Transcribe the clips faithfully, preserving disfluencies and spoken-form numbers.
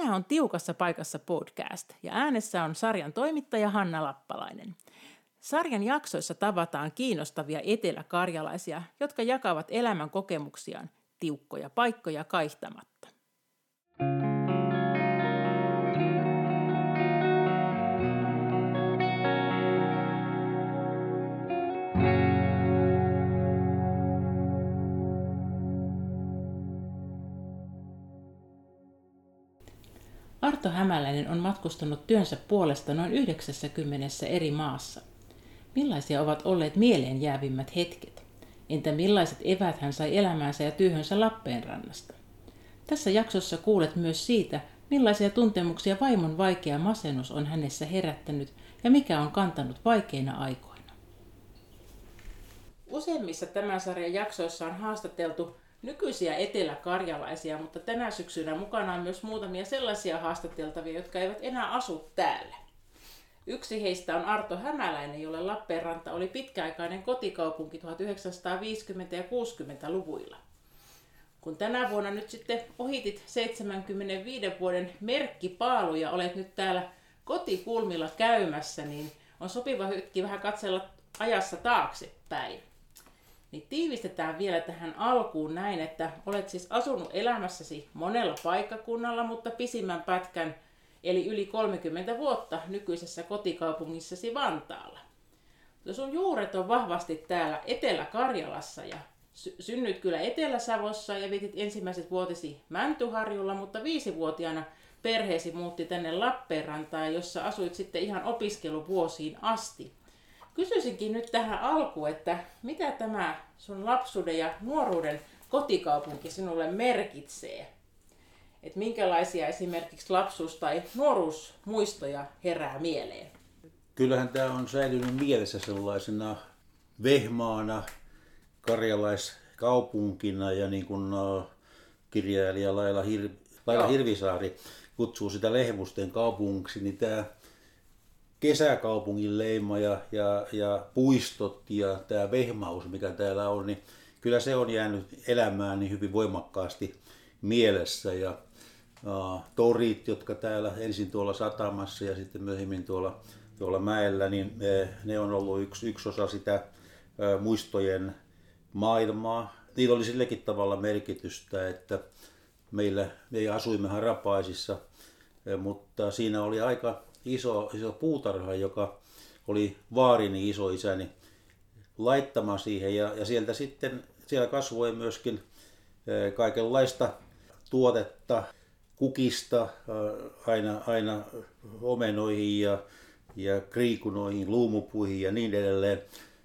Tämä on Tiukassa paikassa podcast ja äänessä on sarjan toimittaja Hanna Lappalainen. Sarjan jaksoissa tavataan kiinnostavia eteläkarjalaisia, jotka jakavat elämän kokemuksiaan tiukkoja paikkoja kaihtamatta. Arto Hämäläinen on matkustanut työnsä puolesta noin yhdeksässäkymmenessä eri maassa. Millaisia ovat olleet mieleen jäävimmät hetket? Entä millaiset eväät hän sai elämäänsä ja työhönsä Lappeenrannasta? Tässä jaksossa kuulet myös siitä, millaisia tuntemuksia vaimon vaikea masennus on hänessä herättänyt ja mikä on kantanut vaikeina aikoina. Useimmissa tämän sarjan jaksoissa on haastateltu nykyisiä eteläkarjalaisia, mutta tänä syksynä mukana on myös muutamia sellaisia haastateltavia, jotka eivät enää asu täällä. Yksi heistä on Arto Hämäläinen, jolle Lappeenranta oli pitkäaikainen kotikaupunki tuhatyhdeksänsataaviisikymmentä- ja kuusikymmentäluvuilla. Kun tänä vuonna nyt sitten ohitit seitsemänkymmentäviiden vuoden merkkipaalu ja olet nyt täällä kotikulmilla käymässä, niin on sopiva hetki vähän katsella ajassa taaksepäin. Niin tiivistetään vielä tähän alkuun näin, että olet siis asunut elämässäsi monella paikkakunnalla, mutta pisimmän pätkän, eli yli kolmekymmentä vuotta nykyisessä kotikaupungissasi Vantaalla. Sun juuret on vahvasti täällä Etelä-Karjalassa ja sy- synnyit kyllä Etelä-Savossa ja vietit ensimmäiset vuotesi Mäntyharjulla, mutta viisivuotiaana perheesi muutti tänne Lappeenrantaan, jossa asuit sitten ihan opiskeluvuosiin asti. Kysyisinkin nyt tähän alkuun, että mitä tämä sun lapsuuden ja nuoruuden kotikaupunki sinulle merkitsee? Et minkälaisia esimerkiksi lapsuus- tai nuoruusmuistoja herää mieleen? Kyllähän tämä on säilynyt mielessä sellaisena vehmaana, karjalaiskaupunkina ja niin kuin kirjailija Laila, Hir- Laila Hirvisaari kutsuu sitä Lehmusten kaupungiksi, niin tämä kesäkaupungin leima ja, ja, ja puistot ja tämä vehmaus, mikä täällä on, niin kyllä se on jäänyt elämään niin hyvin voimakkaasti mielessä. Ja uh, torit, jotka täällä ensin tuolla satamassa ja sitten myöhemmin tuolla, tuolla mäellä, niin eh, ne on ollut yksi, yksi osa sitä uh, muistojen maailmaa. Niillä oli silläkin tavalla merkitystä, että meillä me asuimme Harapaisissa, eh, mutta siinä oli aika Iso, iso puutarha, joka oli vaarini isoisäni laittama siihen ja, ja sieltä sitten siellä kasvoi myöskin e, kaikenlaista tuotetta, kukista e, aina, aina omenoihin ja, ja kriikunoihin, luumupuihin ja niin edelleen.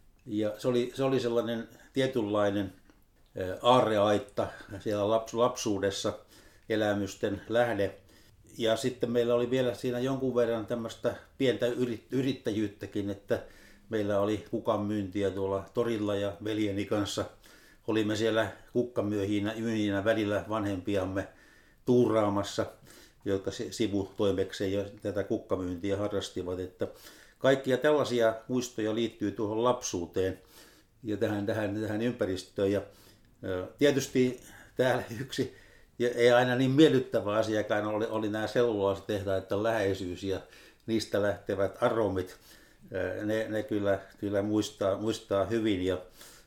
Ja se oli, se oli sellainen tietynlainen e, aarreaitta siellä laps, lapsuudessa elämysten lähde. Ja sitten meillä oli vielä siinä jonkun verran tämmöistä pientä yrittäjyyttäkin, että meillä oli kukanmyyntiä tuolla torilla ja veljeni kanssa. Olimme siellä kukkamyyjinä välillä vanhempiamme tuuraamassa, jotka sivutoimekseen jo tätä kukkamyyntiä harrastivat. Että kaikkia tällaisia muistoja liittyy tuohon lapsuuteen ja tähän, tähän, tähän ympäristöön. Ja tietysti täällä yksi ja ei aina niin miellyttävä asiakaan oli, oli nämä selluloositehtaiden läheisyys ja niistä lähtevät aromit. Ne, ne kyllä, kyllä muistaa, muistaa hyvin. Ja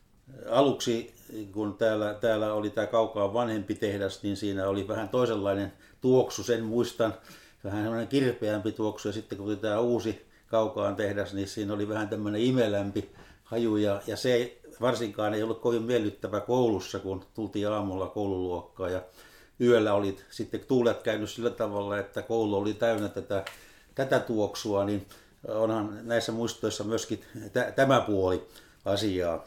aluksi, kun täällä, täällä oli tämä Kaukaan vanhempi tehdas, niin siinä oli vähän toisenlainen tuoksu, sen muistan. Vähän semmoinen kirpeämpi tuoksu. Ja sitten kun tuli tämä uusi Kaukaan tehdas, niin siinä oli vähän tämmöinen imelämpi haju. Ja, ja se varsinkaan ei ollut kovin miellyttävä koulussa, kun tultiin aamulla koululuokkaan. Ja yöllä oli sitten tuulet käynyt sillä tavalla, että koulu oli täynnä tätä, tätä tuoksua, niin onhan näissä muistoissa myöskin t- tämä puoli asiaa.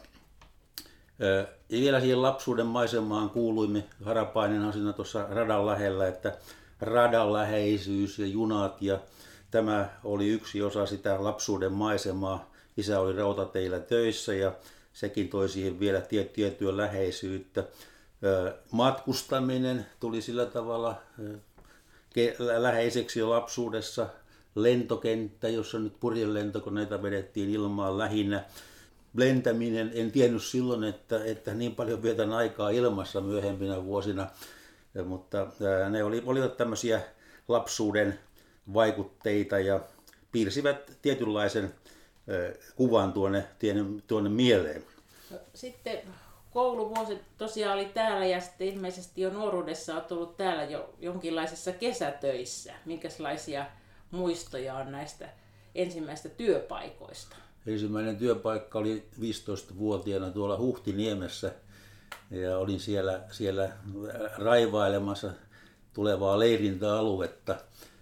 Ja vielä siihen lapsuuden maisemaan kuuluimme, Harapainenhan siinä tuossa radan lähellä, että radan läheisyys ja junat ja tämä oli yksi osa sitä lapsuuden maisemaa. Isä oli rautateillä töissä ja sekin toi siihen vielä tiettyä läheisyyttä. Matkustaminen tuli sillä tavalla läheiseksi jo lapsuudessa. Lentokenttä, jossa nyt purjelentokoneita vedettiin ilmaan lähinnä. Lentäminen, en tiennyt silloin, että, että niin paljon vietän aikaa ilmassa myöhempinä vuosina, mutta ne oli, olivat tämmöisiä lapsuuden vaikutteita ja piirsivät tietynlaisen kuvan tuonne, tuonne mieleen. No, sitten kouluvuosi tosiaan oli täällä ja sitten ilmeisesti jo nuoruudessa olet ollut täällä jo jonkinlaisissa kesätöissä. Minkälaisia muistoja on näistä ensimmäistä työpaikoista? Ensimmäinen työpaikka oli viisitoistavuotiaana tuolla Huhtiniemessä ja olin siellä, siellä raivailemassa tulevaa leirintäaluetta.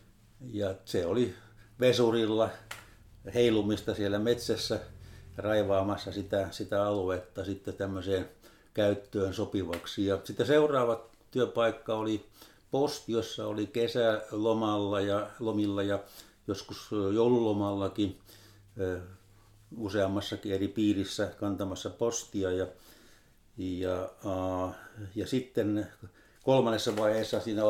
Ja se oli vesurilla heilumista siellä metsässä raivaamassa sitä, sitä aluetta sitten tämmöiseen käyttöön sopivaksi. Ja sitten seuraava työpaikka oli posti, jossa oli kesälomalla ja lomilla ja joskus joululomallakin useammassakin eri piirissä kantamassa postia. Ja, ja, ja sitten kolmannessa vaiheessa siinä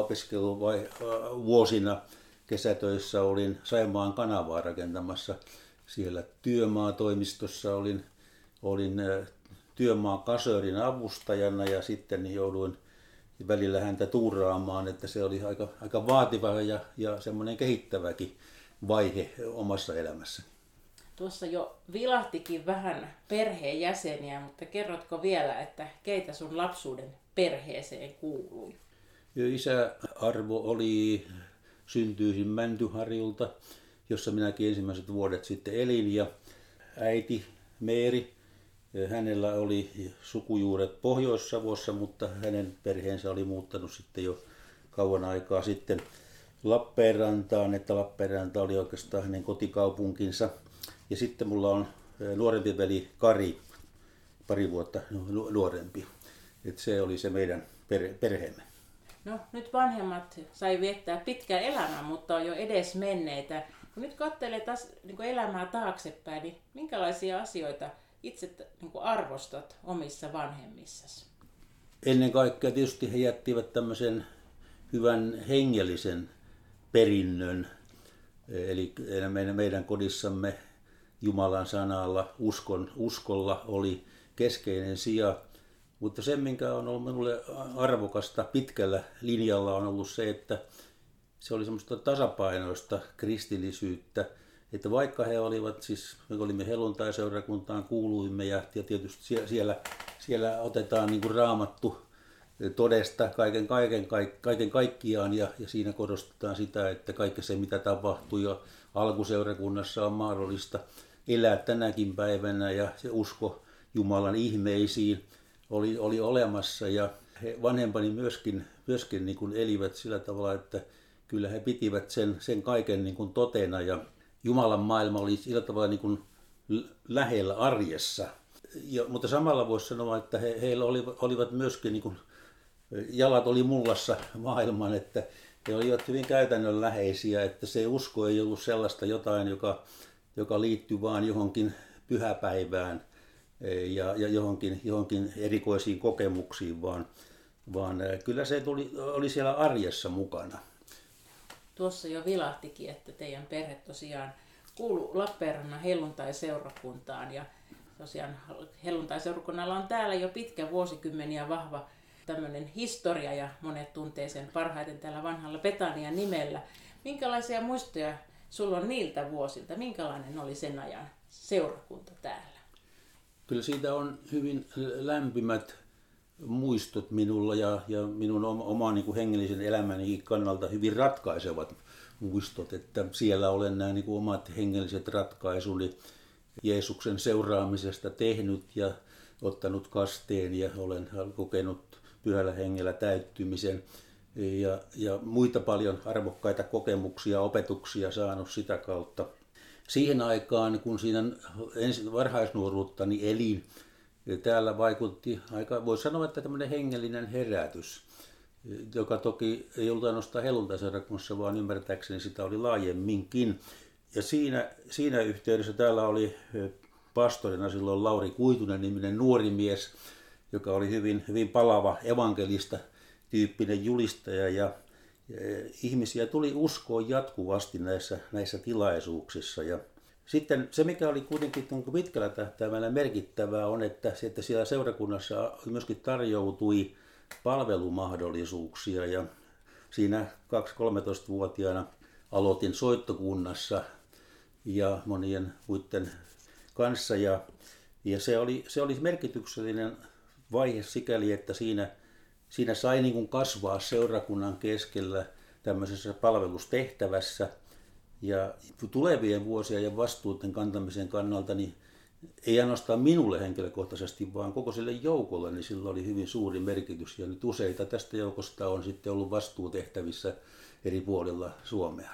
opiskeluvuosina kesätöissä olin Saimaan kanavaa rakentamassa. Siellä työmaatoimistossa olin, olin työmaakasöörin avustajana ja sitten jouduin välillä häntä tuuraamaan, että se oli aika, aika vaativa ja, ja semmoinen kehittäväkin vaihe omassa elämässä. Tuossa jo vilahtikin vähän perheenjäseniä, mutta kerrotko vielä, että keitä sun lapsuuden perheeseen kuului? Isä Arvo oli syntyisin Mäntyharjulta, jossa minäkin ensimmäiset vuodet sitten elin, ja äiti Meeri, hänellä oli sukujuuret Pohjois-Savossa, mutta hänen perheensä oli muuttanut sitten jo kauan aikaa sitten Lappeenrantaan, että Lappeenranta oli oikeastaan hänen kotikaupunkinsa. Ja sitten mulla on nuorempi veli Kari, pari vuotta nuorempi. Et se oli se meidän perheemme. No nyt vanhemmat sai viettää pitkän elämän, mutta on jo edes menneitä. Kun nyt katselee taas niin elämää taaksepäin, niin minkälaisia asioita itse niin arvostat omissa vanhemmissasi? Ennen kaikkea tietysti he jättivät tämmöisen hyvän hengellisen perinnön. Eli meidän, meidän kodissamme Jumalan sanalla, uskon, uskolla oli keskeinen sija. Mutta se, minkä on ollut minulle arvokasta pitkällä linjalla, on ollut se, että se oli semmoista tasapainoista kristillisyyttä. Että vaikka he olivat, siis me olimme helluntaiseurakuntaan, kuuluimme ja, ja tietysti siellä, siellä otetaan niin kuin Raamattu todesta kaiken, kaiken, kaiken kaikkiaan ja, ja siinä korostetaan sitä, että kaikki se mitä tapahtui jo alkuseurakunnassa on mahdollista elää tänäkin päivänä ja se usko Jumalan ihmeisiin oli, oli olemassa ja he vanhempani myöskin, myöskin niin kuin elivät sillä tavalla, että kyllä he pitivät sen, sen kaiken niin kuin totena ja Jumalan maailma oli sillä tavalla niin kuin lähellä arjessa. Ja, mutta samalla voisi sanoa, että he, heillä olivat, olivat myöskin niin kuin jalat oli mullassa maailman, että he olivat hyvin käytännönläheisiä, että se usko ei ollut sellaista jotain, joka, joka liittyy vaan johonkin pyhäpäivään ja, ja johonkin, johonkin erikoisiin kokemuksiin, vaan, vaan kyllä se tuli, oli siellä arjessa mukana. Tuossa jo vilahtikin, että teidän perhe tosiaan kuuluu Lappeenrannan helluntaiseurakuntaan ja tosiaan helluntaiseurakunnalla on täällä jo pitkä vuosikymmeniä vahva tämmöinen historia ja monet tuntee sen parhaiten tällä vanhalla Betanian nimellä. Minkälaisia muistoja sulla on niiltä vuosilta? Minkälainen oli sen ajan seurakunta täällä? Kyllä siitä on hyvin lämpimät muistot minulla ja, ja minun oman niin kuin hengellisen elämäni kannalta hyvin ratkaisevat muistot, että siellä olen nämä niin kuin omat hengelliset ratkaisuni Jeesuksen seuraamisesta tehnyt ja ottanut kasteen ja olen kokenut pyhällä hengellä täyttymisen ja, ja muita paljon arvokkaita kokemuksia, opetuksia saanut sitä kautta. Siihen aikaan, kun siinä ensin varhaisnuoruuttani elin, täällä vaikutti aika, voi sanoa, että tämmöinen hengellinen herätys, joka toki ei ollut ainoastaan helluntaiseurakunnassa, vaan ymmärtääkseni sitä oli laajemminkin. Ja siinä, siinä yhteydessä täällä oli pastorina silloin Lauri Kuitunen niminen nuori mies, joka oli hyvin, hyvin palava evankelista tyyppinen julistaja ja, ja ihmisiä tuli uskoon jatkuvasti näissä, näissä tilaisuuksissa. Ja sitten se, mikä oli kuitenkin pitkällä tähtäimellä merkittävää, on, että, että siellä seurakunnassa myöskin tarjoutui palvelumahdollisuuksia ja siinä kaksi-kolmetoistavuotiaana aloitin soittokunnassa ja monien muiden kanssa. Ja, ja se, oli, se oli merkityksellinen vaihe sikäli, että siinä, siinä sai niin kuin kasvaa seurakunnan keskellä tämmöisessä palvelustehtävässä. Ja tulevien vuosien ja vastuuden kantamisen kannalta, niin ei ainoastaan minulle henkilökohtaisesti, vaan koko sille joukolle, niin sillä oli hyvin suuri merkitys. Ja nyt useita tästä joukosta on sitten ollut vastuutehtävissä eri puolilla Suomea.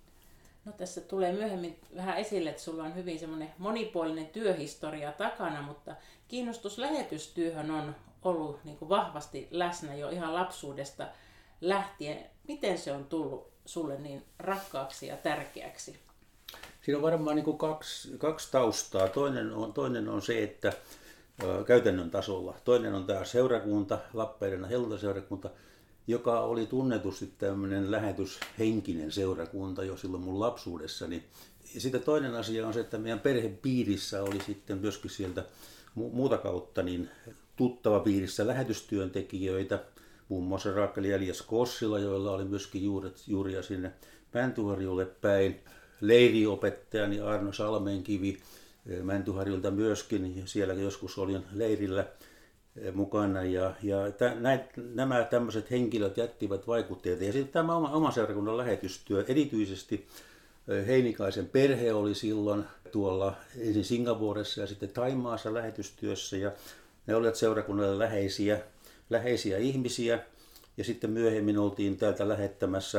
No tässä tulee myöhemmin vähän esille, että sulla on hyvin semmoinen monipuolinen työhistoria takana, mutta kiinnostus lähetystyöhön on ollut niin kuin vahvasti läsnä jo ihan lapsuudesta lähtien. Miten se on tullut sulle niin rakkaaksi ja tärkeäksi? Siinä on varmaan niin kuin kaksi, kaksi taustaa. Toinen on, toinen on se, että ö, käytännön tasolla. Toinen on tämä seurakunta, Lappeenrannan helluntaseurakunta, joka oli tunnetusti tämmöinen lähetyshenkinen seurakunta jo silloin mun lapsuudessani. Ja sitten toinen asia on se, että meidän perhepiirissä oli sitten myöskin sieltä muuta kautta niin tuttava piirissä lähetystyöntekijöitä, muun muassa Raakeli Elias Kossila, joilla oli myöskin juuret, juuria sinne Mäntyharjulle päin. Leiriopettajani Arno Salmenkivi Mäntyharjulta myöskin, siellä joskus olin leirillä mukana. Ja, ja tä, näit, nämä tämmöiset henkilöt jättivät vaikutteita. Ja sitten tämä oma, oma seurakunnan lähetystyö, erityisesti Heinikaisen perhe oli silloin tuolla ensin Singaporessa ja sitten Thaimaassa lähetystyössä. Ja ne olivat seurakunnalle läheisiä, läheisiä ihmisiä. Ja sitten myöhemmin oltiin täältä lähettämässä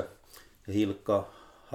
Hilkka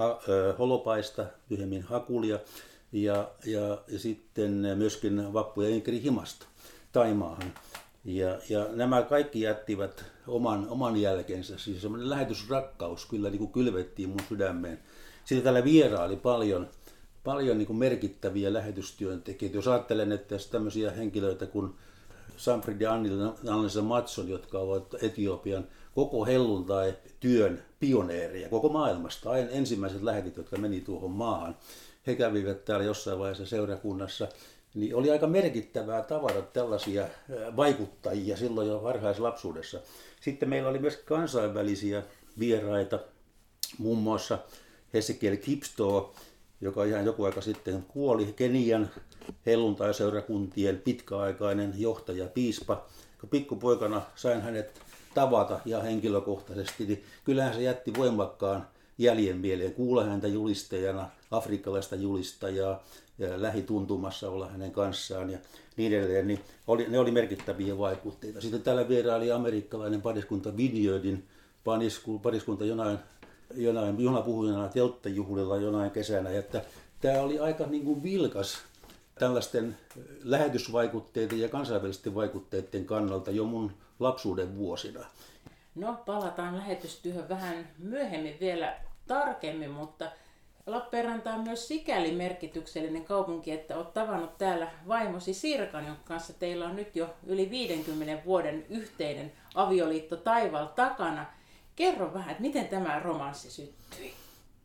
Holopaista, myöhemmin Hakulia ja, ja, ja sitten myöskin Vappu ja Inkeri Himasta Taimaahan. Ja, ja nämä kaikki jättivät oman, oman jälkensä, siis semmoinen lähetysrakkaus kyllä niin kuin kylvettiin mun sydämeen. Sitten täällä vieraili paljon, paljon niin kuin merkittäviä lähetystyöntekijöitä. Jos ajattelen, että tämmöisiä henkilöitä kuin Sanfrid ja Annelisa Matson, jotka ovat Etiopian koko helluntai-työn pioneereja koko maailmasta, aina ensimmäiset lähetit, jotka meni tuohon maahan, he kävivät täällä jossain vaiheessa seurakunnassa, niin oli aika merkittävää tavata tällaisia vaikuttajia silloin jo varhaislapsuudessa. Sitten meillä oli myös kansainvälisiä vieraita, muun muassa Hesekiel Kipstoo, joka ihan joku aika sitten kuoli, Kenian helluntai-seurakuntien pitkäaikainen johtaja, piispa. Kun pikkupoikana sain hänet tavata ja henkilökohtaisesti, niin kyllähän se jätti voimakkaan jäljen mieleen. Kuulla häntä julistajana, afrikkalaista julistajaa, ja lähituntumassa olla hänen kanssaan ja niin edelleen. Niin oli, ne oli merkittäviä vaikutteita. Sitten täällä vieraili amerikkalainen pariskunta Vineyardin pariskunta jonain, jonain juhlapuhujana telttajuhlilla jonain kesänä. Että tämä oli aika niin kuin vilkas tällaisten lähetysvaikutteiden ja kansainvälisten vaikutteiden kannalta jo mun lapsuuden vuosina. No, palataan lähetystyöhön vähän myöhemmin vielä tarkemmin, mutta Lappeenranta on myös sikäli merkityksellinen kaupunki, että olet tavannut täällä vaimosi Sirkan, jonka kanssa teillä on nyt jo yli viidenkymmenen vuoden yhteinen avioliitto taivaalla takana. Kerro vähän, että miten tämä romanssi syttyi?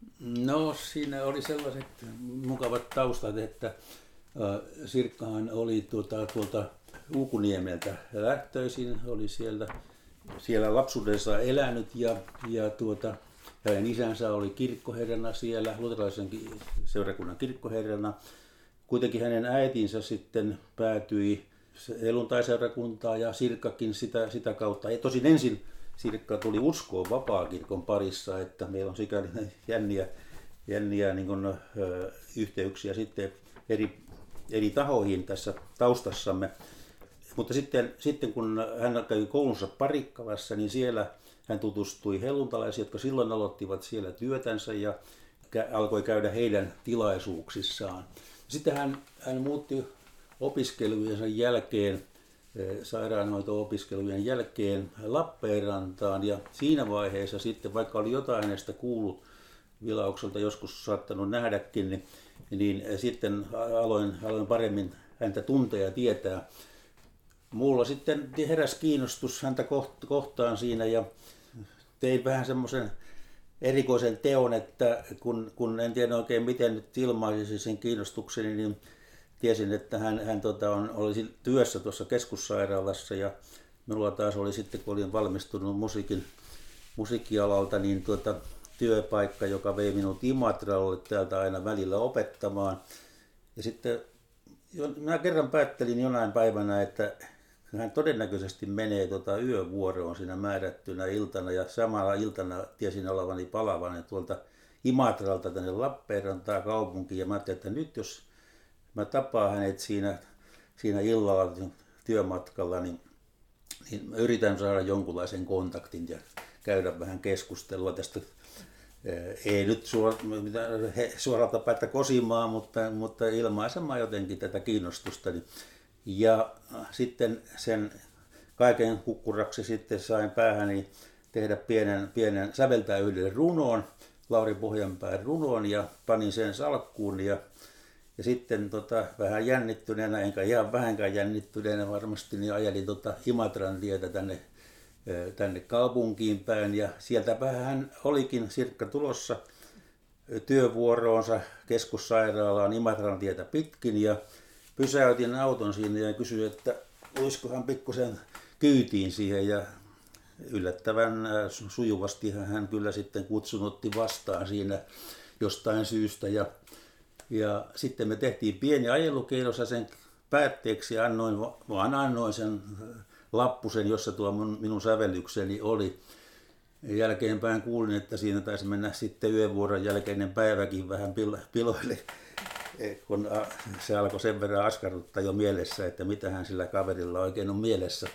No, siinä oli sellaiset mukavat taustat, että Sirkkahan oli tuota, tuolta Uukuniemeltä lähtöisin, oli siellä, siellä lapsuudessa elänyt ja, ja tuota, hänen isänsä oli kirkkoherrana siellä, luterilaisen seurakunnan kirkkoherrana. Kuitenkin hänen äitinsä sitten päätyi helluntai-seurakuntaan ja Sirkkakin sitä, sitä kautta. Ja tosin ensin Sirkka tuli uskoon vapaakirkon parissa, että meillä on sikäli jänniä, jänniä niin kuin, ö, yhteyksiä sitten eri, eri tahoihin tässä taustassamme. Mutta sitten, sitten kun hän kävi koulunsa Parikkalassa, niin siellä hän tutustui helluntalaisiin, jotka silloin aloittivat siellä työtänsä ja alkoi käydä heidän tilaisuuksissaan. Sitten hän, hän muutti opiskelujensa jälkeen, sairaanhoito-opiskelujen jälkeen Lappeenrantaan ja siinä vaiheessa sitten, vaikka oli jotain hänestä kuullut vilaukselta, joskus saattanut nähdäkin, niin, niin sitten aloin, aloin paremmin häntä tuntea ja tietää. Mulla sitten heräsi kiinnostus häntä kohtaan siinä ja tein vähän semmoisen erikoisen teon, että kun, kun en tiedä oikein miten nyt ilmaisisi sen kiinnostukseni, niin tiesin, että hän, hän tota, on, oli työssä tuossa keskussairaalassa ja minulla taas oli sitten, kun olin valmistunut musiikin musiikkialalta, niin tuota, työpaikka, joka vei minut Imatralle täältä aina välillä opettamaan. Ja sitten minä kerran päättelin jonain päivänä, että hän todennäköisesti menee tuota yövuoroon siinä määrättynä iltana, ja samalla iltana tiesin olevani palavan tuolta Imatralta tänne Lappeenrantaan kaupunkiin, ja mä ajattelin, että nyt jos mä tapaan hänet siinä, siinä illalla työmatkalla, niin, niin mä yritän saada jonkunlaisen kontaktin ja käydä vähän keskustelua tästä. Ei nyt suoralta päätä kosimaan, mutta, mutta ilmaisemaan jotenkin tätä kiinnostusta. Ja sitten sen kaiken kukkuraksi sitten sain päähäni tehdä pienen, pienen säveltää yhden runoon, Lauri Pohjanpään runoon, ja panin sen salkkuun. Ja, ja sitten tota, vähän jännittyneenä, enkä ihan vähänkään jännittyneenä varmasti, niin ajelin tota Imatran tietä tänne tänne kaupunkiin päin, ja sieltä hän olikin Sirkka tulossa työvuoroonsa keskussairaalaan Imatran tietä pitkin, ja pysäytin auton siinä ja kysyin, että olisikohan pikkusen kyytiin siihen, ja yllättävän sujuvasti hän kyllä sitten kutsun otti vastaan siinä jostain syystä, ja, ja sitten me tehtiin pieni ajelukierros, ja sen päätteeksi annoin, vaan annoin sen lappusen, jossa tuo minun, minun sävellykseni oli. Jälkeenpäin kuulin, että siinä taisi mennä sitten yövuoron jälkeinen päiväkin vähän piloille, kun se alkoi sen verran askarruttaa jo mielessä, että mitähän sillä kaverilla oikein on mielessä.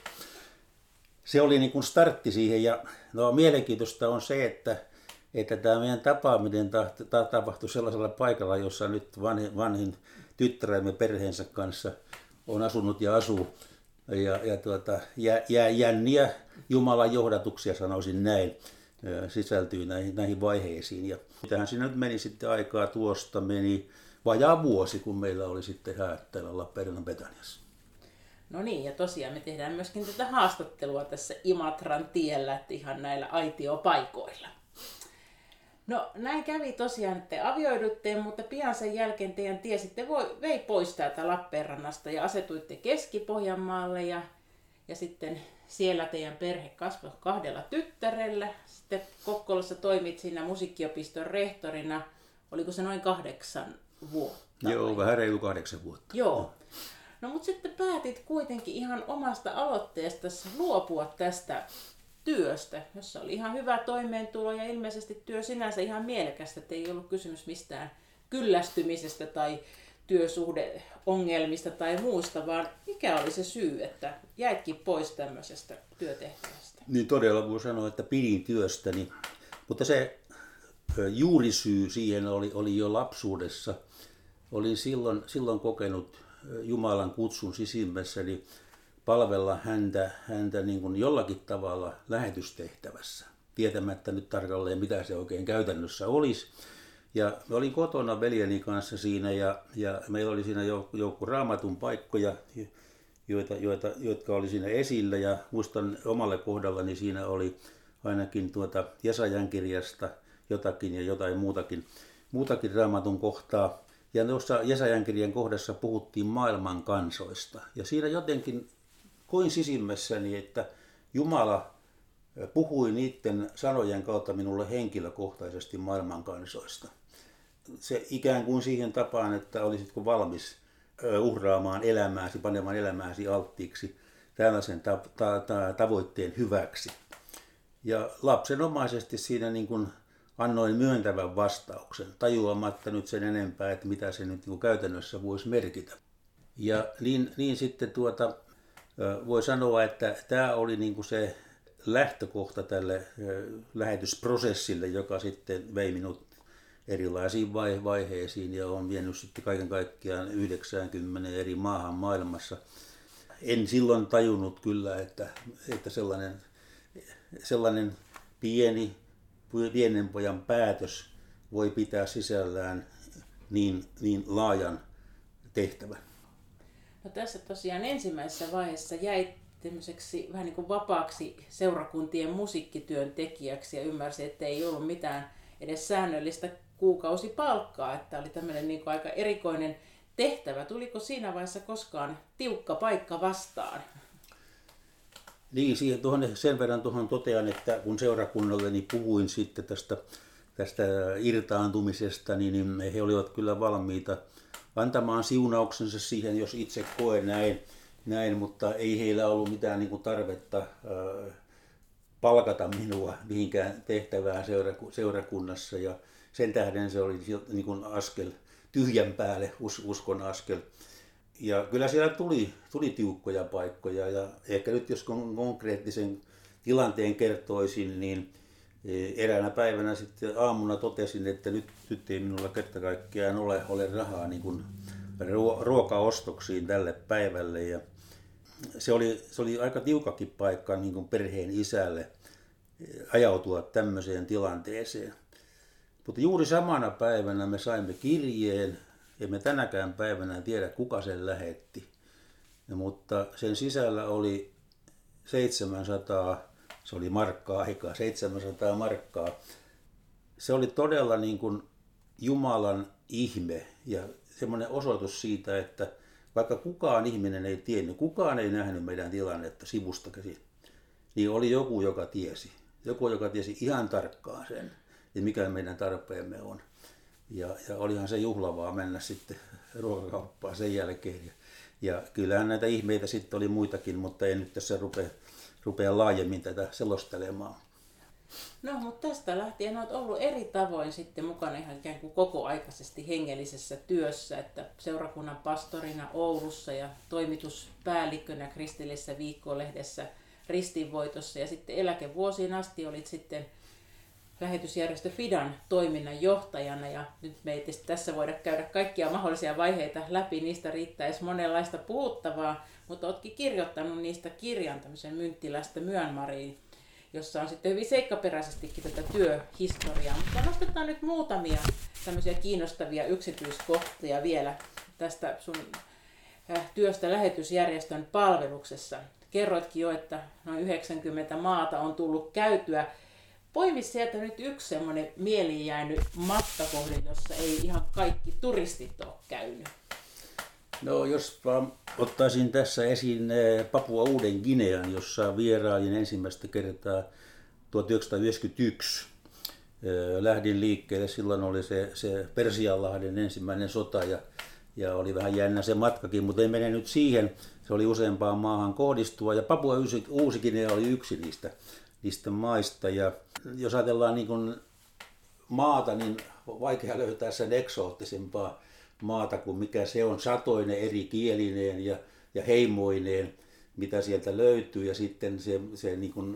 Se oli niin kuin startti siihen, ja no, mielenkiintoista on se, että, että tämä meidän tapaaminen tapahtui sellaisella paikalla, jossa nyt vanhin, vanhin tyttäremme perheensä kanssa on asunut ja asuu. Ja, ja tuota, jä, jä, jänniä Jumalan johdatuksia, sanoisin näin, sisältyy näihin, näihin vaiheisiin. Ja mitähän siinä nyt meni sitten aikaa, tuosta meni vajaa vuosi, kun meillä oli sitten häät täällä Lappeenrannan Betaniassa. No niin, ja tosiaan me tehdään myöskin tätä haastattelua tässä Imatran tiellä, että ihan näillä aitiopaikoilla. No näin kävi tosiaan, että te avioidutte, mutta pian sen jälkeen teidän tie sitten voi, vei pois täältä Lappeenrannasta ja asetuitte Keski-Pohjanmaalle, ja, ja sitten siellä teidän perhe kasvoi kahdella tyttärellä. Sitten Kokkolassa toimit siinä musiikkiopiston rehtorina, oliko se noin kahdeksan vuotta? Joo, vai? Vähän reilu kahdeksan vuotta. Joo. No mutta sitten päätit kuitenkin ihan omasta aloitteestasi luopua tästä työstä, jossa oli ihan hyvä toimeentulo ja ilmeisesti työ sinänsä ihan mielekästä, että ei ollut kysymys mistään kyllästymisestä tai työsuhdeongelmista tai muusta, vaan mikä oli se syy, että jäitkin pois tämmöisestä työtehtävästä? Niin todella voi sanoa, että pidin työstäni, mutta se juurisyy siihen oli, oli jo lapsuudessa. Olin silloin, silloin kokenut Jumalan kutsun sisimmässäni palvella häntä, häntä niin kuin jollakin tavalla lähetystehtävässä, tietämättä nyt tarkalleen mitä se oikein käytännössä olisi. Ja mä olin kotona veljeni kanssa siinä, ja, ja meillä oli siinä joukko raamatun paikkoja, joita, joita, jotka oli siinä esillä, ja muistan omalle kohdallani siinä oli ainakin tuota Jesajan kirjasta jotakin ja jotain muutakin, muutakin raamatun kohtaa. Ja tuossa Jesajan kirjan kohdassa puhuttiin maailman kansoista, ja siinä jotenkin koin sisimmässäni, että Jumala puhui niiden sanojen kautta minulle henkilökohtaisesti maailman kansoista. Se ikään kuin siihen tapaan, että olisitko valmis uhraamaan elämääsi, panemaan elämääsi alttiiksi tällaisen ta- ta- ta- tavoitteen hyväksi. Ja lapsenomaisesti siinä niin kuin annoin myöntävän vastauksen, tajuamatta nyt sen enempää, että mitä se nyt niin kuin käytännössä voisi merkitä. Ja niin, niin sitten tuota... Voi sanoa, että tämä oli niin kuin se lähtökohta tälle lähetysprosessille, joka sitten vei minut erilaisiin vaiheisiin ja on vienyt sitten kaiken kaikkiaan yhdeksänkymmentä eri maahan maailmassa. En silloin tajunnut kyllä, että, että sellainen, sellainen pieni, pienen pojan päätös voi pitää sisällään niin, niin laajan tehtävän. No tässä tosiaan ensimmäisessä vaiheessa jäit tämmöiseksi vähän niin kuin vapaaksi seurakuntien musiikkityön tekijäksi ja ymmärsi, että ei ollut mitään edes säännöllistä kuukausipalkkaa, että oli tämmöinen niin kuin aika erikoinen tehtävä. Tuliko siinä vaiheessa koskaan tiukka paikka vastaan? Niin, siihen tuohon, sen verran tuohon totean, että kun seurakunnalleni puhuin sitten tästä, tästä irtaantumisesta, niin, niin he olivat kyllä valmiita antamaan siunauksensa siihen, jos itse koen näin, näin mutta ei heillä ollut mitään niin kuin tarvetta äh, palkata minua mihinkään tehtävään seurakunnassa, ja sen tähden se oli niin kuin askel tyhjän päälle, us, uskon askel. Ja kyllä siellä tuli, tuli tiukkoja paikkoja, ja ehkä nyt jos konkreettisen tilanteen kertoisin, niin eräänä päivänä sitten aamuna totesin, että nyt, nyt ei minulla kerta kaikkiaan ole, ole rahaa niin kuin ruokaostoksiin tälle päivälle. Ja se oli, se oli aika tiukakin paikka niin kuin perheen isälle ajautua tämmöiseen tilanteeseen. Mutta juuri samana päivänä me saimme kirjeen, emme tänäkään päivänä tiedä kuka sen lähetti, ja, mutta sen sisällä oli seitsemänsataa, se oli markkaa aikaa, seitsemänsataa markkaa. Se oli todella niin kuin Jumalan ihme ja semmoinen osoitus siitä, että vaikka kukaan ihminen ei tiennyt, kukaan ei nähnyt meidän tilannetta sivusta käsin, niin oli joku, joka tiesi. Joku, joka tiesi ihan tarkkaan sen, että mikä meidän tarpeemme on. Ja, ja olihan se juhlavaa mennä sitten ruokakauppaan sen jälkeen. Ja, ja kyllähän näitä ihmeitä sitten oli muitakin, mutta en nyt tässä rupea, rupea laajemmin tätä selostelemaan. No, mutta tästä lähtien olet ollut eri tavoin sitten mukana ihan ikään kuin kokoaikaisesti hengellisessä työssä, että seurakunnan pastorina Oulussa ja toimituspäällikkönä kristillisessä viikkolehdessä Ristinvoitossa, ja sitten eläkevuosiin asti olit sitten lähetysjärjestö Fidan toiminnan johtajana, ja nyt me ei tässä voida käydä kaikkia mahdollisia vaiheita läpi, niistä riittäisi monenlaista puhuttavaa, mutta oletkin kirjoittanut niistä kirjan tämmöisen Mynttilästä Myönmariin, jossa on sitten hyvin seikkaperäisestikin tätä työhistoriaa, mutta nostetaan nyt muutamia tämmöisiä kiinnostavia yksityiskohtia vielä tästä sun työstä lähetysjärjestön palveluksessa. Kerroitkin jo, että noin yhdeksänkymmentä maata on tullut käytyä. Poimi sieltä nyt yksi semmoinen mieliin jäänyt matkakohde, jossa ei ihan kaikki turistit ole käynyt. No, jos ottaisin tässä esiin Papua Uuden Ginean, jossa vierailin ensimmäistä kertaa tuhatyhdeksänsataayhdeksänkymmentäyksi. Lähdin liikkeelle, silloin oli se, se Persianlahden ensimmäinen sota ja, ja oli vähän jännä se matkakin, mutta ei mene nyt siihen. Se oli useampaan maahan kohdistua, ja Papua Uusi Guinea oli yksi niistä, niistä maista. Ja jos ajatellaan niin kuin maata, niin vaikea löytää sen eksoottisempaa maata kuin mikä se on, satoinen eri kielineen ja, ja heimoineen, mitä sieltä löytyy, ja sitten se, se niin kuin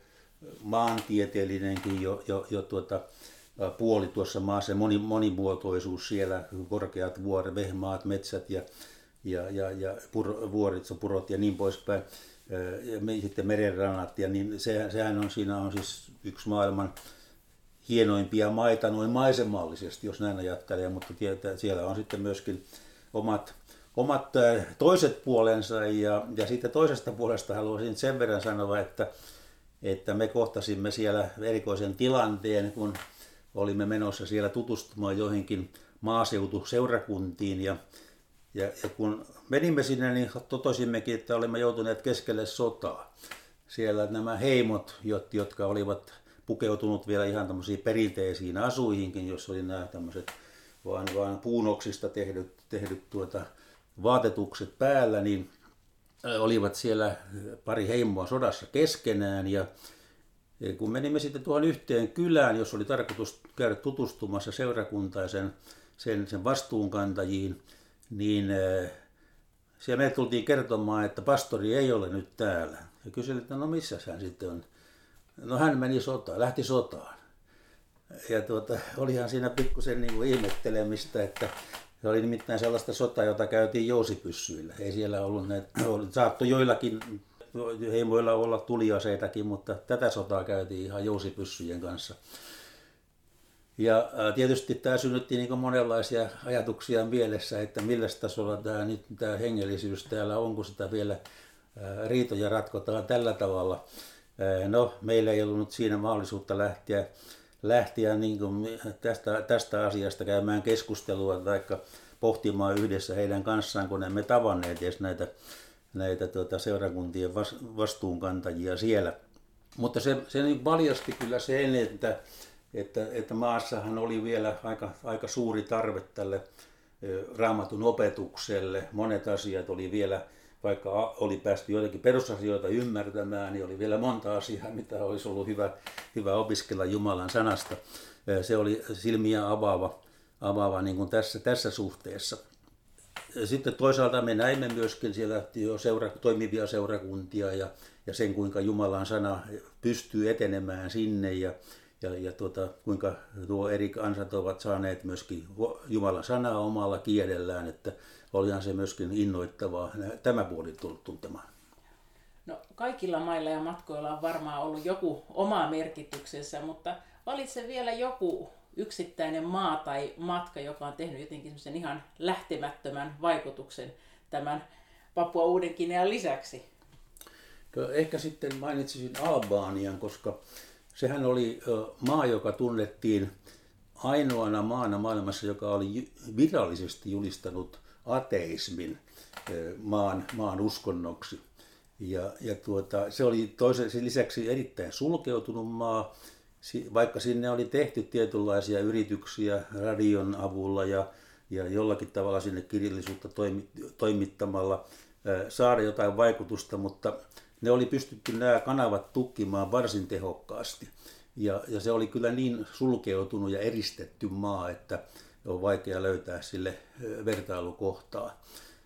maantieteellinenkin jo, jo, jo tuota, puoli tuossa maassa, moni, monimuotoisuus siellä, korkeat vuoret, vehmaat, metsät ja ja, ja, ja pur, vuorit, purot ja niin poispäin, ja sitten merenrannat, ja niin se, sehän on, siinä on siis yksi maailman hienoimpia maita noin maisemallisesti, jos näin ajattelee, mutta tietää, siellä on sitten myöskin omat, omat toiset puolensa, ja, ja sitten toisesta puolesta haluaisin sen verran sanoa, että, että me kohtasimme siellä erikoisen tilanteen, kun olimme menossa siellä tutustumaan joihinkin maaseutuseurakuntiin, ja Ja, ja kun menimme sinne, niin totosimmekin, että olemme joutuneet keskelle sotaa. Siellä nämä heimot, jotka olivat pukeutunut vielä ihan tämmöisiin perinteisiin asuihinkin, jos oli nämä tämmöiset vaan, vaan puunoksista tehdyt, tehdyt tuota, vaatetukset päällä, niin olivat siellä pari heimoa sodassa keskenään. Ja kun menimme sitten tuohon yhteen kylään, jos oli tarkoitus käydä tutustumassa seurakuntaan ja sen, sen, sen vastuunkantajiin, niin siellä meille tultiin kertomaan, että pastori ei ole nyt täällä. Ja kyselin, että no missä hän sitten on? No hän meni sotaan, lähti sotaan. Ja tuota, olihan siinä pikkusen niin kuin ihmettelemistä, että se oli nimittäin sellaista sotaa, jota käytiin jousipyssyillä. Ei siellä ollut näitä, saattoi joillakin heimoilla olla tuliaseitakin, mutta tätä sotaa käytiin ihan jousipyssyjen kanssa. Ja tietysti tämä synnytti niin kuin monenlaisia ajatuksia mielessä, että millä tasolla tämä, nyt, tämä hengellisyys täällä on, kun sitä vielä riitoja ratkotaan tällä tavalla. No, meillä ei ollut siinä mahdollisuutta lähteä, lähteä niin kuin tästä, tästä asiasta käymään keskustelua tai pohtimaan yhdessä heidän kanssaan, kun emme tavanneet edes näitä näitä tuota, seurakuntien vastuunkantajia siellä. Mutta se, se niin paljasti kyllä sen, että, että, että maassahan oli vielä aika, aika suuri tarve tälle Raamatun opetukselle. Monet asiat oli vielä, vaikka oli päästy joitakin perusasioita ymmärtämään, niin oli vielä monta asiaa, mitä olisi ollut hyvä, hyvä opiskella Jumalan sanasta. Se oli silmiä avaava, avaava niin kuin tässä, tässä suhteessa. Sitten toisaalta me näimme myöskin siellä jo seura, toimivia seurakuntia ja, ja sen, kuinka Jumalan sana pystyy etenemään sinne ja, ja, ja tuota, kuinka tuo eri kansat ovat saaneet myöskin Jumalan sanaa omalla kielellään, että olihan se myöskin innoittavaa tämä puoli tullut tuntemaan. No, kaikilla mailla ja matkoilla on varmaan ollut joku oma merkityksensä, mutta valitse vielä joku yksittäinen maa tai matka, joka on tehnyt jotenkin semmoisen ihan lähtemättömän vaikutuksen tämän Papua Uuden-Guinean lisäksi. Ehkä sitten mainitsisin Albanian, koska sehän oli maa, joka tunnettiin ainoana maana maailmassa, joka oli virallisesti julistanut ateismin maan, maan uskonnoksi. Ja, ja tuota, se oli toisen sen lisäksi erittäin sulkeutunut maa, vaikka sinne oli tehty tietynlaisia yrityksiä radion avulla ja, ja jollakin tavalla sinne kirjallisuutta toimittamalla saada jotain vaikutusta, mutta ne oli pystytty nämä kanavat tukkimaan varsin tehokkaasti. Ja, ja se oli kyllä niin sulkeutunut ja eristetty maa, että on vaikea löytää sille vertailukohtaa.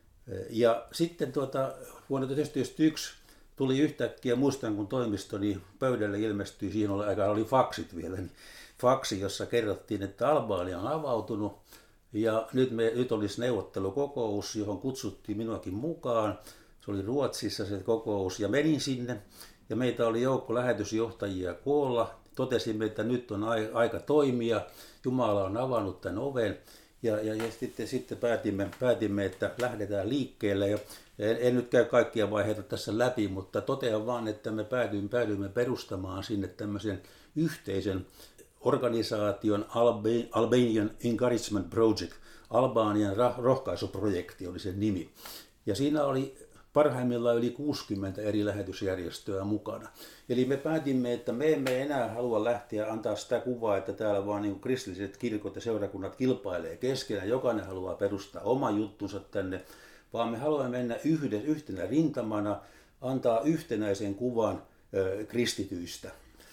Ja sitten tuota, vuonna tuhatyhdeksänsataayhdeksänkymmentäyksi tuli yhtäkkiä, muistan kun toimistoni pöydälle ilmestyi, siinä oli, aika oli faksit vielä, niin faksi, jossa kerrottiin, että Albania on avautunut ja nyt, me, nyt olisi neuvottelukokous, johon kutsuttiin minuakin mukaan. Se oli Ruotsissa se kokous ja menin sinne ja meitä oli joukko lähetysjohtajia koolla. Totesimme, että nyt on aika toimia, Jumala on avannut tämän oven. Ja, ja, ja sitten, sitten päätimme, päätimme, että lähdetään liikkeelle. Ja en, en nyt käy kaikkia vaiheita tässä läpi, mutta totean vaan, että me päädyimme, päädyimme perustamaan sinne tämmöisen yhteisen organisaation Albanian Encouragement Project. Albanian rohkaisuprojekti oli sen nimi. Ja siinä oli parhaimmillaan yli kuusikymmentä eri lähetysjärjestöä mukana. Eli me päätimme, että me emme enää halua lähteä antaa sitä kuvaa, että täällä vaan niin kristilliset kirkot ja seurakunnat kilpailee keskenään. Jokainen haluaa perustaa oma juttunsa tänne, vaan me haluamme mennä yhden, yhtenä rintamana, antaa yhtenäisen kuvan ö, kristityistä.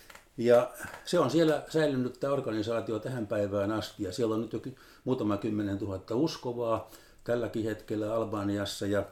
Ja se on siellä säilynyt tämä organisaatio tähän päivään asti. Ja siellä on nyt jo muutama kymmenen tuhatta uskovaa tälläkin hetkellä Albaniassa. Ja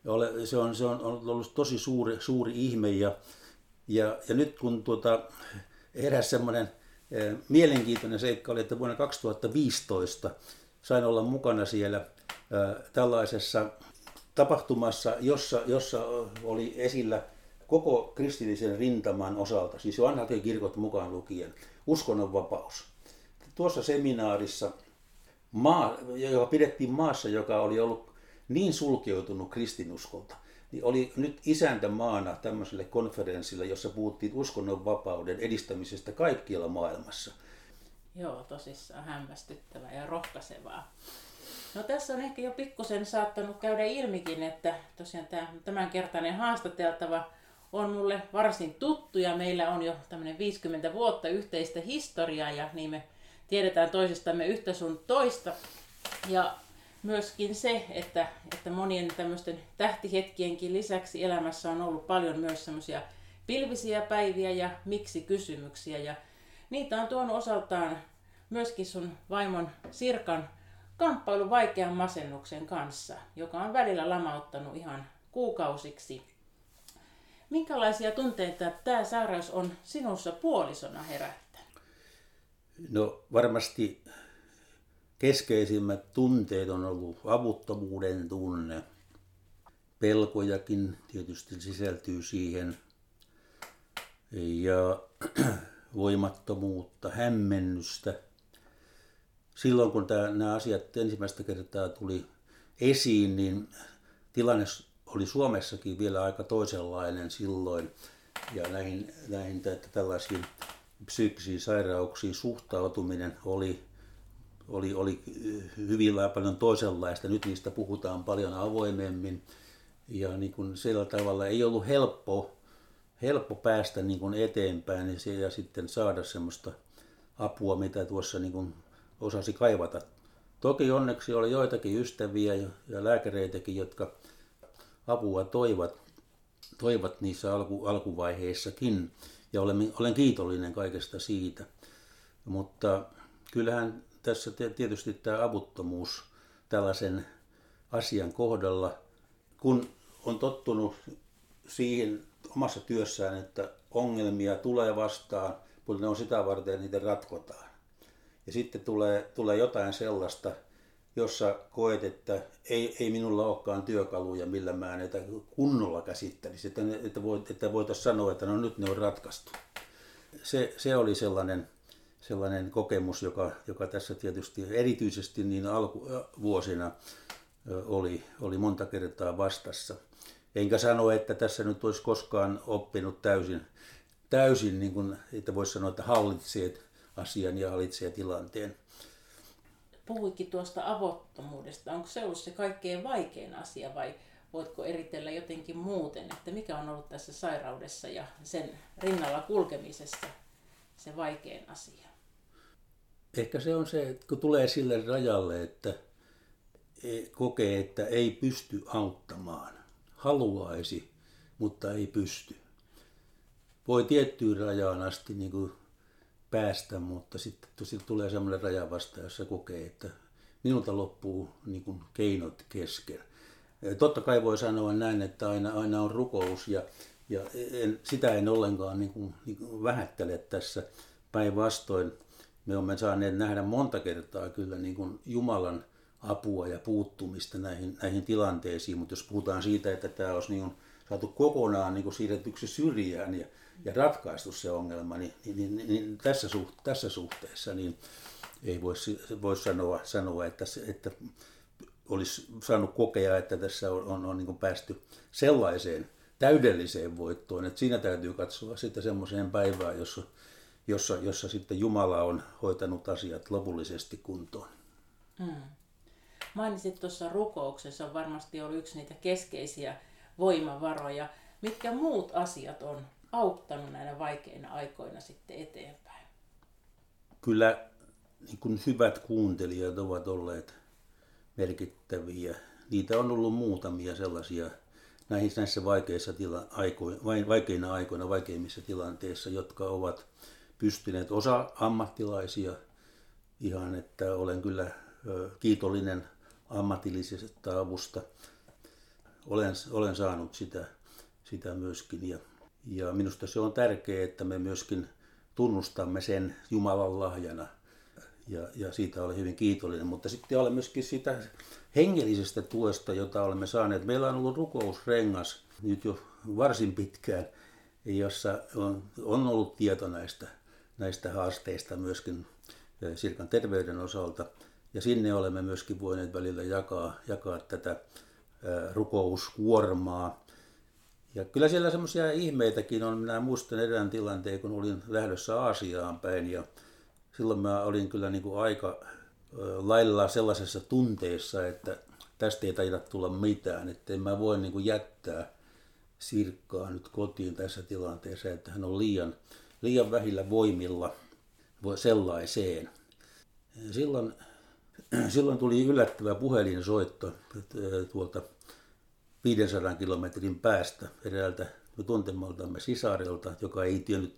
se on, se on ollut tosi suuri, suuri ihme. Ja, ja, ja nyt kun tuota, eräs semmoinen e, mielenkiintoinen seikka oli, että vuonna kaksituhattaviisitoista sain olla mukana siellä e, tällaisessa tapahtumassa, jossa, jossa oli esillä koko kristillisen rintaman osalta, siis vanhatkin kirkot mukaan lukien, uskonnonvapaus. Tuossa seminaarissa, maa, joka pidettiin maassa, joka oli ollut niin sulkeutunut kristinuskolta, niin oli nyt isäntämaana tämmöiselle konferenssille, jossa puhuttiin uskonnonvapauden edistämisestä kaikkialla maailmassa. Joo, tosissaan hämmästyttävää ja rohkaisevaa. No tässä on ehkä jo pikkusen saattanut käydä ilmikin, että tosiaan tämänkertainen haastateltava on mulle varsin tuttu ja meillä on jo tämmöinen viisikymmentä vuotta yhteistä historiaa ja niin me tiedetään toisistamme yhtä sun toista. Ja myöskin se, että, että monien tämmöisten tähtihetkienkin lisäksi elämässä on ollut paljon myös semmoisia pilvisiä päiviä ja miksi-kysymyksiä. Ja niitä on tuonut osaltaan myöskin sun vaimon Sirkan kamppailu vaikean masennuksen kanssa, joka on välillä lamauttanut ihan kuukausiksi. Minkälaisia tunteita tämä sairaus on sinussa puolisona herättänyt? No varmasti keskeisimmät tunteet on ollut avuttomuuden tunne. Pelkojakin tietysti sisältyy siihen. Ja voimattomuutta, hämmennystä. Silloin kun tämä, nämä asiat ensimmäistä kertaa tuli esiin, niin tilanne oli Suomessakin vielä aika toisenlainen silloin. Ja näihin, näihin että tällaisiin psyykkisiin sairauksiin suhtautuminen oli, oli, oli hyvin paljon toisenlaista. Nyt niistä puhutaan paljon avoimemmin. ja niin kuin sillä tavalla ei ollut helppo, helppo päästä niin kuin eteenpäin ja, se, ja sitten saada semmoista apua, mitä tuossa niin kuin osasi kaivata. Toki onneksi oli joitakin ystäviä ja, ja lääkäreitäkin, jotka apua toivat, toivat niissä alku, alkuvaiheissakin ja olen, olen kiitollinen kaikesta siitä. Mutta kyllähän tässä tietysti tämä avuttomuus tällaisen asian kohdalla, kun on tottunut siihen omassa työssään, että ongelmia tulee vastaan, mutta ne on sitä varten, että niitä ratkotaan. Ja sitten tulee, tulee jotain sellaista, jossa koet, että ei, ei minulla olekaan työkaluja, millä mä näitä kunnolla käsittelisi, että, että, voit, että voitaisiin sanoa, että no nyt ne on ratkaistu. Se, se oli sellainen, sellainen kokemus, joka, joka tässä tietysti erityisesti niin alkuvuosina oli, oli monta kertaa vastassa. Enkä sano, että tässä nyt olisi koskaan oppinut täysin, täysin niin kuin, että voisi sanoa, että hallitsee asian ja hallitsee tilanteen. Puhuikin tuosta avottomuudesta. Onko se ollut se kaikkein vaikein asia vai voitko eritellä jotenkin muuten, että mikä on ollut tässä sairaudessa ja sen rinnalla kulkemisessa se vaikein asia? Ehkä se on se, että kun tulee sille rajalle, että kokee, että ei pysty auttamaan. Haluaisi, mutta ei pysty. Voi tiettyyn rajaan asti niin kuin päästä, mutta sitten tulee sellainen raja vasta, jossa kokee, että minulta loppuu niin kuin keinot kesken. Totta kai voi sanoa näin, että aina, aina on rukous ja, ja en, sitä en ollenkaan niin kuin, niin kuin vähättele tässä. Päinvastoin me olemme saaneet nähdä monta kertaa kyllä niin kuin Jumalan apua ja puuttumista näihin, näihin tilanteisiin, mutta jos puhutaan siitä, että tämä olisi niin kuin saatu kokonaan niin kuin siirretyksi syrjään ja, ja ratkaistu se ongelma, niin, niin, niin, niin tässä, suht, tässä suhteessa niin ei voi, voi sanoa, sanoa että, että olisi saanut kokea, että tässä on, on, on niin kuin päästy sellaiseen täydelliseen voittoon, että siinä täytyy katsoa sitten semmoiseen päivään, jossa, jossa, jossa sitten Jumala on hoitanut asiat lopullisesti kuntoon. Hmm. Mainitsit tuossa rukouksessa on varmasti ollut yksi niitä keskeisiä voimavaroja. Mitkä muut asiat on auttanut näinä vaikeina aikoina sitten eteenpäin? Kyllä niin kuin hyvät kuuntelijat ovat olleet merkittäviä. Niitä on ollut muutamia sellaisia näissä vaikeissa tila- aikoina, vaikeina aikoina, vaikeimmissa tilanteissa, jotka ovat pystyneet, osa ammattilaisia ihan, että olen kyllä kiitollinen ammatillisesta avusta. Olen, olen saanut sitä, sitä myöskin ja, ja minusta se on tärkeää, että me myöskin tunnustamme sen Jumalan lahjana ja, ja siitä olen hyvin kiitollinen, mutta sitten olen myöskin siitä hengellisestä tuesta, jota olemme saaneet. Meillä on ollut rukousrengas nyt jo varsin pitkään, jossa on, on ollut tieto näistä, näistä haasteista myöskin Sirkan terveyden osalta. Ja sinne olemme myöskin voineet välillä jakaa, jakaa tätä rukouskuormaa. Ja kyllä siellä semmoisia ihmeitäkin on. Minä muistan erään tilanteen, kun olin lähdössä Aasiaan päin. Ja silloin mä olin kyllä niin kuin aika lailla sellaisessa tunteessa, että tästä ei taida tulla mitään. Että en mä voi niin kuin jättää Sirkkaa nyt kotiin tässä tilanteessa, että hän on liian, liian vähillä voimilla sellaiseen. Ja silloin Silloin tuli yllättävä puhelinsoitto tuolta viidensadan kilometrin päästä eräältä tuntemaltamme sisarelta, joka ei tiennyt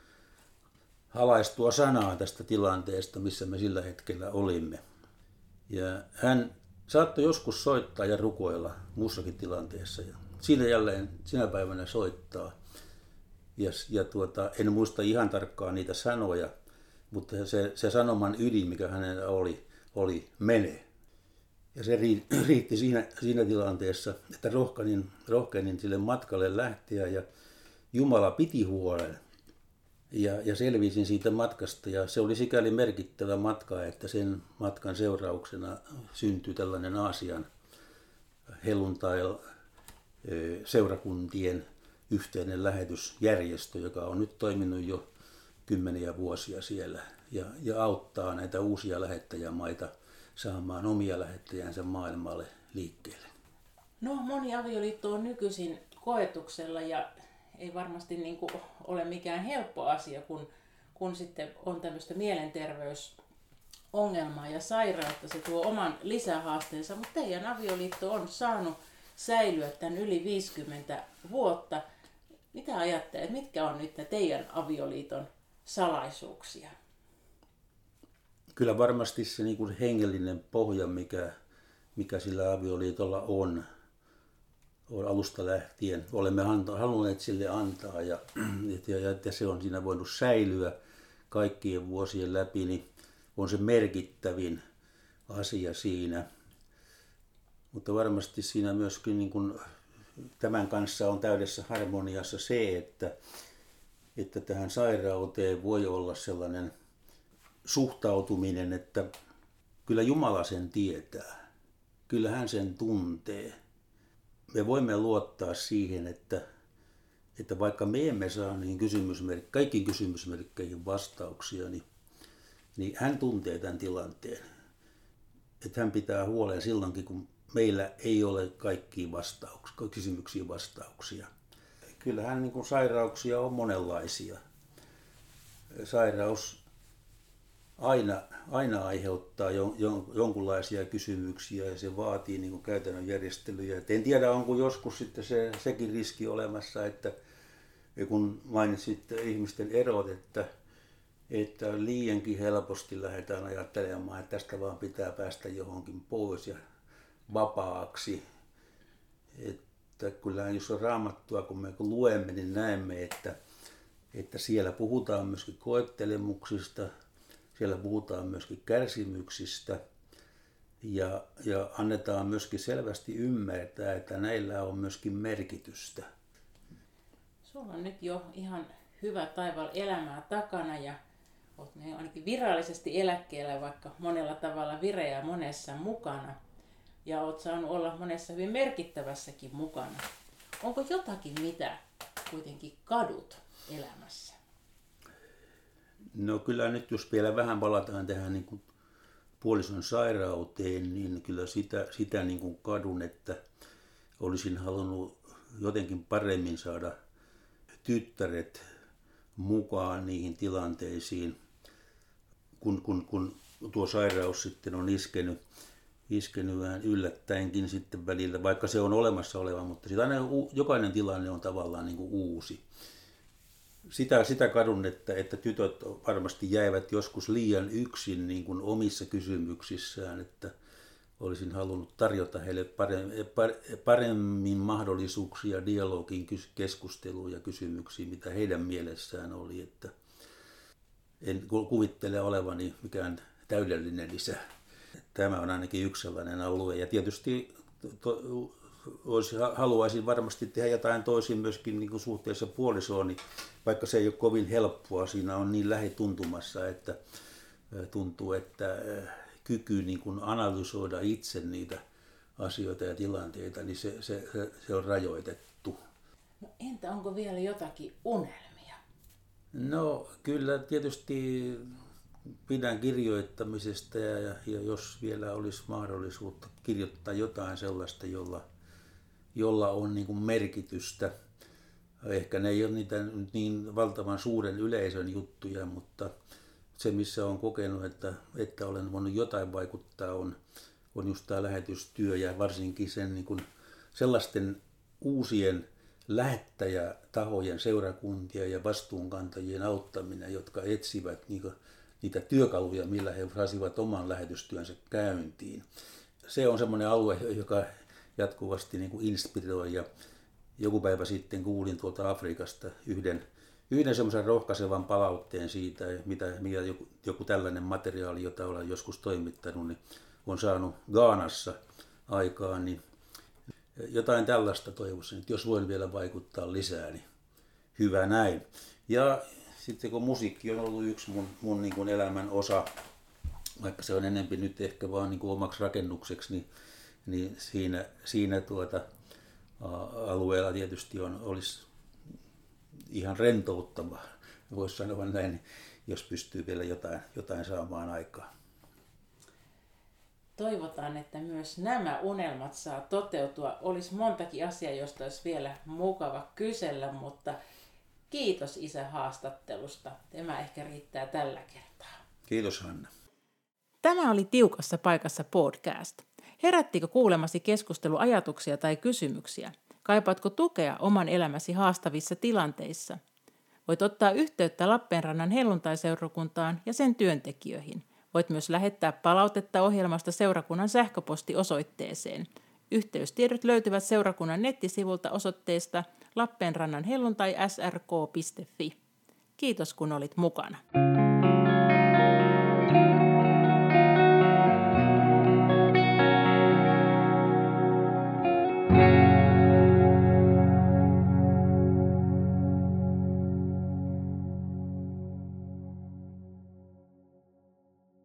halaistua sanaa tästä tilanteesta, missä me sillä hetkellä olimme. Ja hän saattoi joskus soittaa ja rukoilla muussakin tilanteessa. Ja siinä jälleen sinä päivänä soittaa. Ja, ja tuota, en muista ihan tarkkaan niitä sanoja, mutta se, se sanoman ydin, mikä hänellä oli, oli mene. Ja se riitti siinä, siinä tilanteessa, että rohkenin, rohkenin sille matkalle lähteä ja Jumala piti huolen. Ja, ja selvisin siitä matkasta ja se oli sikäli merkittävä matka, että sen matkan seurauksena syntyi tällainen Aasian helluntai seurakuntien yhteinen lähetysjärjestö, joka on nyt toiminut jo kymmeniä vuosia siellä ja, ja auttaa näitä uusia lähettäjämaita saamaan omia lähettäjänsä maailmalle liikkeelle. No, moni avioliitto on nykyisin koetuksella ja ei varmasti niin kuin ole mikään helppo asia, kun, kun sitten on tämmöistä mielenterveysongelmaa ja sairautta. Se tuo oman lisähaasteensa, mutta teidän avioliitto on saanut säilyä tämän yli viisikymmentä vuotta. Mitä ajattelet, mitkä on nyt teidän avioliiton salaisuuksia? Kyllä varmasti se niin kuin hengellinen pohja, mikä, mikä sillä avioliitolla on, on alusta lähtien. Olemme halunneet sille antaa ja, ja, ja se on siinä voinut säilyä kaikkien vuosien läpi, niin on se merkittävin asia siinä. Mutta varmasti siinä myöskin niin kuin tämän kanssa on täydessä harmoniassa se, että, että tähän sairauteen voi olla sellainen suhtautuminen, että kyllä Jumala sen tietää, kyllä hän sen tuntee. Me voimme luottaa siihen, että, että vaikka me emme saa niihin kysymysmerk- kaikkiin kysymysmerkkeihin vastauksia, niin, niin hän tuntee tämän tilanteen. Että hän pitää huolen silloinkin, kun meillä ei ole kaikkiin vastauksia, kysymyksiin vastauksia. Kyllähän niin kuin sairauksia on monenlaisia. Sairaus aina, aina aiheuttaa jon, jon, jonkunlaisia kysymyksiä ja se vaatii niin kuin käytännön järjestelyjä. Et en tiedä, onko joskus sitten se, sekin riski olemassa, että kun mainitsit ihmisten erot, että, että liiankin helposti lähdetään ajattelemaan, että tästä vaan pitää päästä johonkin pois ja vapaaksi. Että kyllä jos on Raamattua, kun me luemme, niin näemme, että, että siellä puhutaan myöskin koettelemuksista, siellä puhutaan myöskin kärsimyksistä ja, ja annetaan myöskin selvästi ymmärtää, että näillä on myöskin merkitystä. Sulla on nyt jo ihan hyvä taival elämää takana ja olet ainakin virallisesti eläkkeellä, vaikka monella tavalla vireä monessa mukana. Ja olet saanut olla monessa hyvin merkittävässäkin mukana. Onko jotakin, mitä kuitenkin kadut elämässä? No kyllä nyt jos vielä vähän palataan tähän niin kuin puolison sairauteen, niin kyllä sitä, sitä niin kuin kadun, että olisin halunnut jotenkin paremmin saada tyttäret mukaan niihin tilanteisiin, kun, kun, kun tuo sairaus sitten on iskenyt. iskenyt vähän yllättäenkin sitten välillä, vaikka se on olemassa oleva, mutta sitä aina, jokainen tilanne on tavallaan niin kuin uusi. Sitä, sitä kadun, että, että tytöt varmasti jäivät joskus liian yksin niin kuin omissa kysymyksissään, että olisin halunnut tarjota heille paremmin mahdollisuuksia dialogin, keskusteluun ja kysymyksiin, mitä heidän mielessään oli. Että en kuvittele olevani mikään täydellinen isä. Tämä on ainakin yksi sellainen alue ja tietysti to, olisi, haluaisin varmasti tehdä jotain toisin myöskin niin kuin suhteessa puolisoon, niin vaikka se ei ole kovin helppoa, siinä on niin lähituntumassa, että tuntuu, että kyky niin kuin analysoida itse niitä asioita ja tilanteita, niin se, se, se on rajoitettu. No, entä onko vielä jotakin unelmia? No kyllä tietysti pidän kirjoittamisesta ja, ja jos vielä olisi mahdollisuutta kirjoittaa jotain sellaista, jolla, jolla on niin kuin merkitystä. Ehkä ne ei ole niitä niin valtavan suuren yleisön juttuja, mutta se missä olen kokenut, että, että olen voinut jotain vaikuttaa, on, on just tämä lähetystyö ja varsinkin sen niin kuin sellaisten uusien lähettäjätahojen, seurakuntien ja vastuunkantajien auttaminen, jotka etsivät niin kuin niitä työkaluja, millä he saisivat oman lähetystyönsä käyntiin. Se on semmoinen alue, joka jatkuvasti niin kuin inspiroi. Ja joku päivä sitten kuulin tuolta Afrikasta yhden, yhden semmoisen rohkaisevan palautteen siitä, mitä, mitä joku, joku tällainen materiaali, jota olen joskus toimittanut, niin on saanut Ghanassa aikaan. Niin jotain tällaista toivoisin, että jos voin vielä vaikuttaa lisää, niin hyvä näin. Ja sitten kun musiikki on ollut yksi mun, mun niin kuin elämän osa, vaikka se on enemmän nyt ehkä vaan niin kuin omaksi rakennukseksi, niin, niin siinä, siinä tuota, ä, alueella tietysti on, olisi ihan rentouttavaa, voisi sanoa näin, jos pystyy vielä jotain, jotain saamaan aikaan. Toivotaan, että myös nämä unelmat saa toteutua. Olisi montakin asiaa, josta olisi vielä mukava kysellä, mutta kiitos isä haastattelusta. Tämä ehkä riittää tällä kertaa. Kiitos Hanna. Tämä oli Tiukassa paikassa podcast. Herättikö kuulemasi keskustelu ajatuksia tai kysymyksiä? Kaipaatko tukea oman elämäsi haastavissa tilanteissa? Voit ottaa yhteyttä Lappeenrannan helluntaiseurakuntaan ja sen työntekijöihin. Voit myös lähettää palautetta ohjelmasta seurakunnan sähköpostiosoitteeseen. Yhteystiedot löytyvät seurakunnan nettisivulta osoitteesta lappeenrannanhelluntai s r k piste f i. Kiitos kun olit mukana.